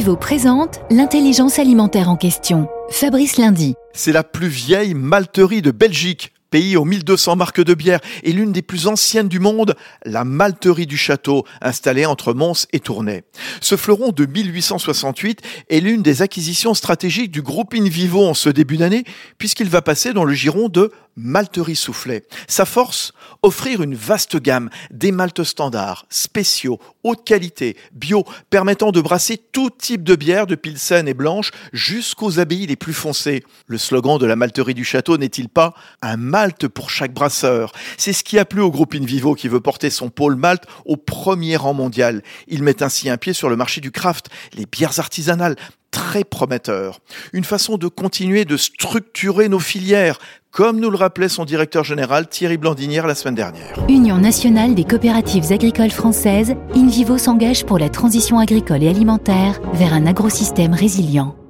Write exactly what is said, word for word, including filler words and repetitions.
InVivo présente l'intelligence alimentaire en question. Fabrice Lundy. C'est la plus vieille malterie de Belgique, pays aux mille deux cents marques de bière et l'une des plus anciennes du monde, la malterie du Château, installée entre Mons et Tournai. Ce fleuron de mille huit cent soixante-huit est l'une des acquisitions stratégiques du groupe InVivo en ce début d'année, puisqu'il va passer dans le giron de Malterie Soufflet. Sa force, offrir une vaste gamme, des maltes standards, spéciaux, haute qualité, bio, permettant de brasser tout type de bière, de pilsen et blanche, jusqu'aux abbayes les plus foncées. Le slogan de la malterie du Château n'est-il pas « un malt pour chaque brasseur ». C'est ce qui a plu au groupe InVivo qui veut porter son pôle malt au premier rang mondial. Il met ainsi un pied sur le marché du craft, les bières artisanales, très prometteur. Une façon de continuer de structurer nos filières, comme nous le rappelait son directeur général Thierry Blandinière la semaine dernière. Union nationale des coopératives agricoles françaises, InVivo s'engage pour la transition agricole et alimentaire vers un agrosystème résilient.